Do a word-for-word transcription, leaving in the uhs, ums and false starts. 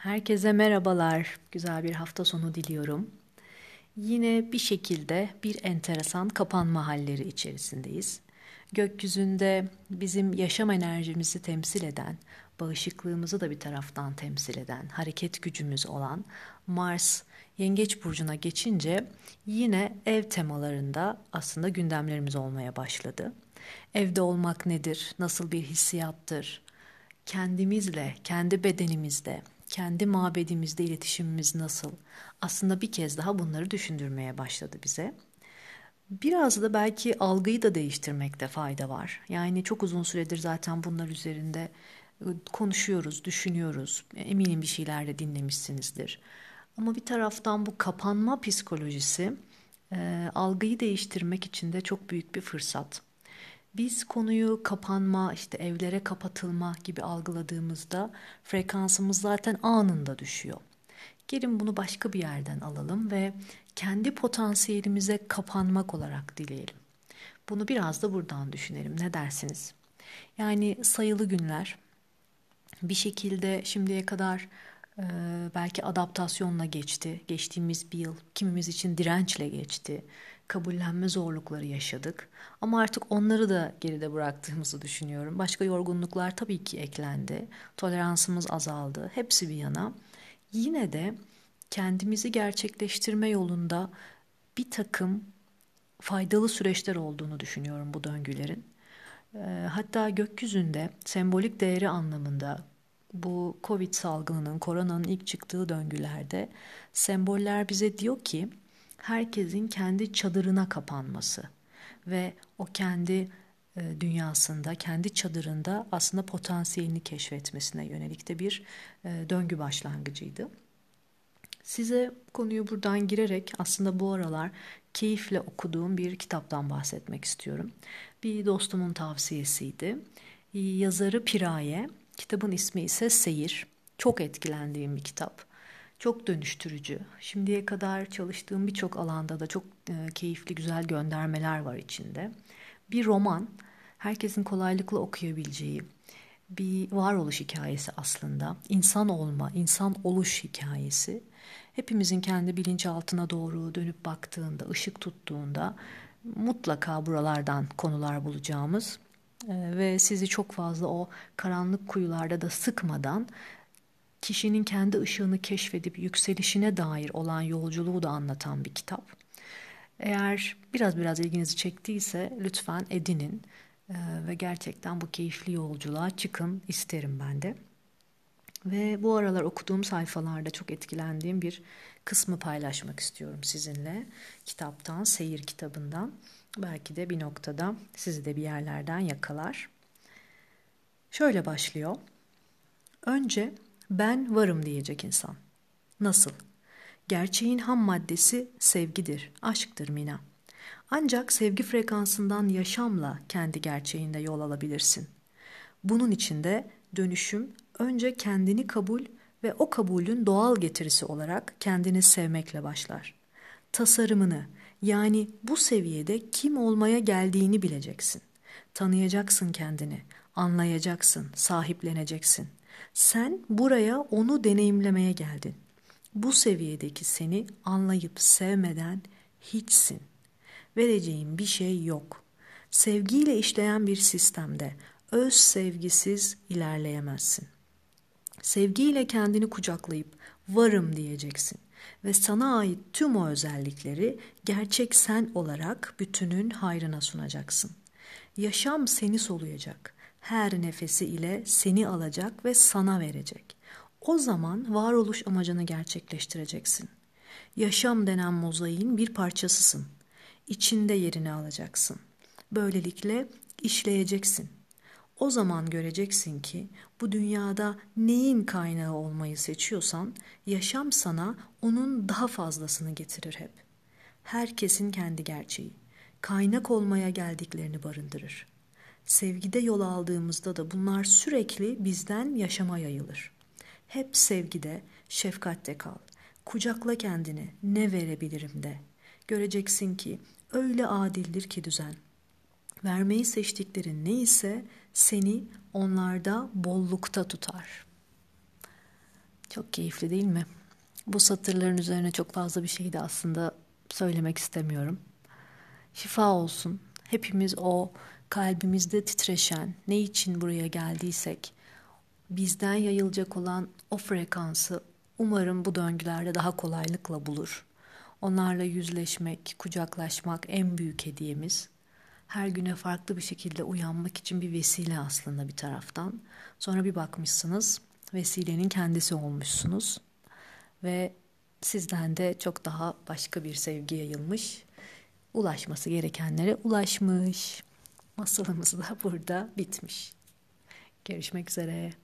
Herkese merhabalar. Güzel bir hafta sonu diliyorum. Yine bir şekilde bir enteresan kapanma halleri içerisindeyiz. Gökyüzünde bizim yaşam enerjimizi temsil eden, bağışıklığımızı da bir taraftan temsil eden, hareket gücümüz olan Mars Yengeç burcuna geçince yine ev temalarında aslında gündemlerimiz olmaya başladı. Evde olmak nedir? Nasıl bir hissiyattır? Kendimizle, kendi bedenimizde, kendi mabedimizde iletişimimiz nasıl? Aslında bir kez daha bunları düşündürmeye başladı bize. Biraz da belki algıyı da değiştirmekte fayda var. Yani çok uzun süredir zaten bunlar üzerinde ıı, konuşuyoruz, düşünüyoruz. Eminim bir şeyler de dinlemişsinizdir. Ama bir taraftan bu kapanma psikolojisi e, algıyı değiştirmek için de çok büyük bir fırsat. Biz konuyu kapanma, işte evlere kapatılma gibi algıladığımızda frekansımız zaten anında düşüyor. Gelin bunu başka bir yerden alalım ve kendi potansiyelimize kapanmak olarak dileyelim. Bunu biraz da buradan düşünelim. Ne dersiniz? Yani sayılı günler bir şekilde şimdiye kadar e, belki adaptasyonla geçti. Geçtiğimiz bir yıl kimimiz için dirençle geçti. Kabullenme zorlukları yaşadık. Ama artık onları da geride bıraktığımızı düşünüyorum. Başka yorgunluklar tabii ki eklendi. Toleransımız azaldı. Hepsi bir yana. Yine de kendimizi gerçekleştirme yolunda bir takım faydalı süreçler olduğunu düşünüyorum bu döngülerin. Eee, Hatta gökyüzünde sembolik değeri anlamında bu Covid salgınının, koronanın ilk çıktığı döngülerde semboller bize diyor ki herkesin kendi çadırına kapanması ve o kendi e, dünyasında, kendi çadırında aslında potansiyelini keşfetmesine yönelik de bir e, döngü başlangıcıydı. Size konuyu buradan girerek aslında bu aralar keyifle okuduğum bir kitaptan bahsetmek istiyorum. Bir dostumun tavsiyesiydi. Yazarı Piraye, kitabın ismi ise Seyir. Çok etkilendiğim bir kitap. Çok dönüştürücü. Şimdiye kadar çalıştığım birçok alanda da çok e, keyifli, güzel göndermeler var içinde. Bir roman, herkesin kolaylıkla okuyabileceği bir varoluş hikayesi aslında. İnsan olma, insan oluş hikayesi. Hepimizin kendi bilinçaltına doğru dönüp baktığında, ışık tuttuğunda mutlaka buralardan konular bulacağımız e, ve sizi çok fazla o karanlık kuyularda da sıkmadan kişinin kendi ışığını keşfedip yükselişine dair olan yolculuğu da anlatan bir kitap. Eğer biraz biraz ilginizi çektiyse lütfen edinin e, ve gerçekten bu keyifli yolculuğa çıkın isterim ben de. Ve bu aralar okuduğum sayfalarda çok etkilendiğim bir kısmı paylaşmak istiyorum sizinle. Kitaptan, Seyir kitabından. Belki de bir noktada sizi de bir yerlerden yakalar. Şöyle başlıyor. Önce ben varım diyecek insan. Nasıl? Gerçeğin ham maddesi sevgidir, aşktır Mina. Ancak sevgi frekansından yaşamla kendi gerçeğinde yol alabilirsin. Bunun için de dönüşüm önce kendini kabul ve o kabulün doğal getirisi olarak kendini sevmekle başlar. Tasarımını, yani bu seviyede kim olmaya geldiğini bileceksin. Tanıyacaksın kendini, anlayacaksın, sahipleneceksin. Sen buraya onu deneyimlemeye geldin. Bu seviyedeki seni anlayıp sevmeden hiçsin. Vereceğin bir şey yok. Sevgiyle işleyen bir sistemde öz sevgisiz ilerleyemezsin. Sevgiyle kendini kucaklayıp varım diyeceksin ve sana ait tüm o özellikleri gerçek sen olarak bütünün hayrına sunacaksın. Yaşam seni soluyacak. Her nefesi ile seni alacak ve sana verecek. O zaman varoluş amacını gerçekleştireceksin. Yaşam denen mozaiğin bir parçasısın. İçinde yerini alacaksın. Böylelikle işleyeceksin. O zaman göreceksin ki bu dünyada neyin kaynağı olmayı seçiyorsan yaşam sana onun daha fazlasını getirir hep. Herkesin kendi gerçeği, kaynak olmaya geldiklerini barındırır. Sevgide yol aldığımızda da bunlar sürekli bizden yaşama yayılır. Hep sevgide, şefkatte kal. Kucakla kendini, ne verebilirim de. Göreceksin ki öyle adildir ki düzen. Vermeyi seçtiklerin neyse seni onlarda bollukta tutar. Çok keyifli değil mi? Bu satırların üzerine çok fazla bir şey de aslında söylemek istemiyorum. Şifa olsun. Hepimiz o kalbimizde titreşen, ne için buraya geldiysek, bizden yayılacak olan o frekansı umarım bu döngülerde daha kolaylıkla bulur. Onlarla yüzleşmek, kucaklaşmak en büyük hediyemiz. Her güne farklı bir şekilde uyanmak için bir vesile aslında bir taraftan. Sonra bir bakmışsınız, vesilenin kendisi olmuşsunuz ve sizden de çok daha başka bir sevgi yayılmış, ulaşması gerekenlere ulaşmış. Masalımız da burada bitmiş. Görüşmek üzere.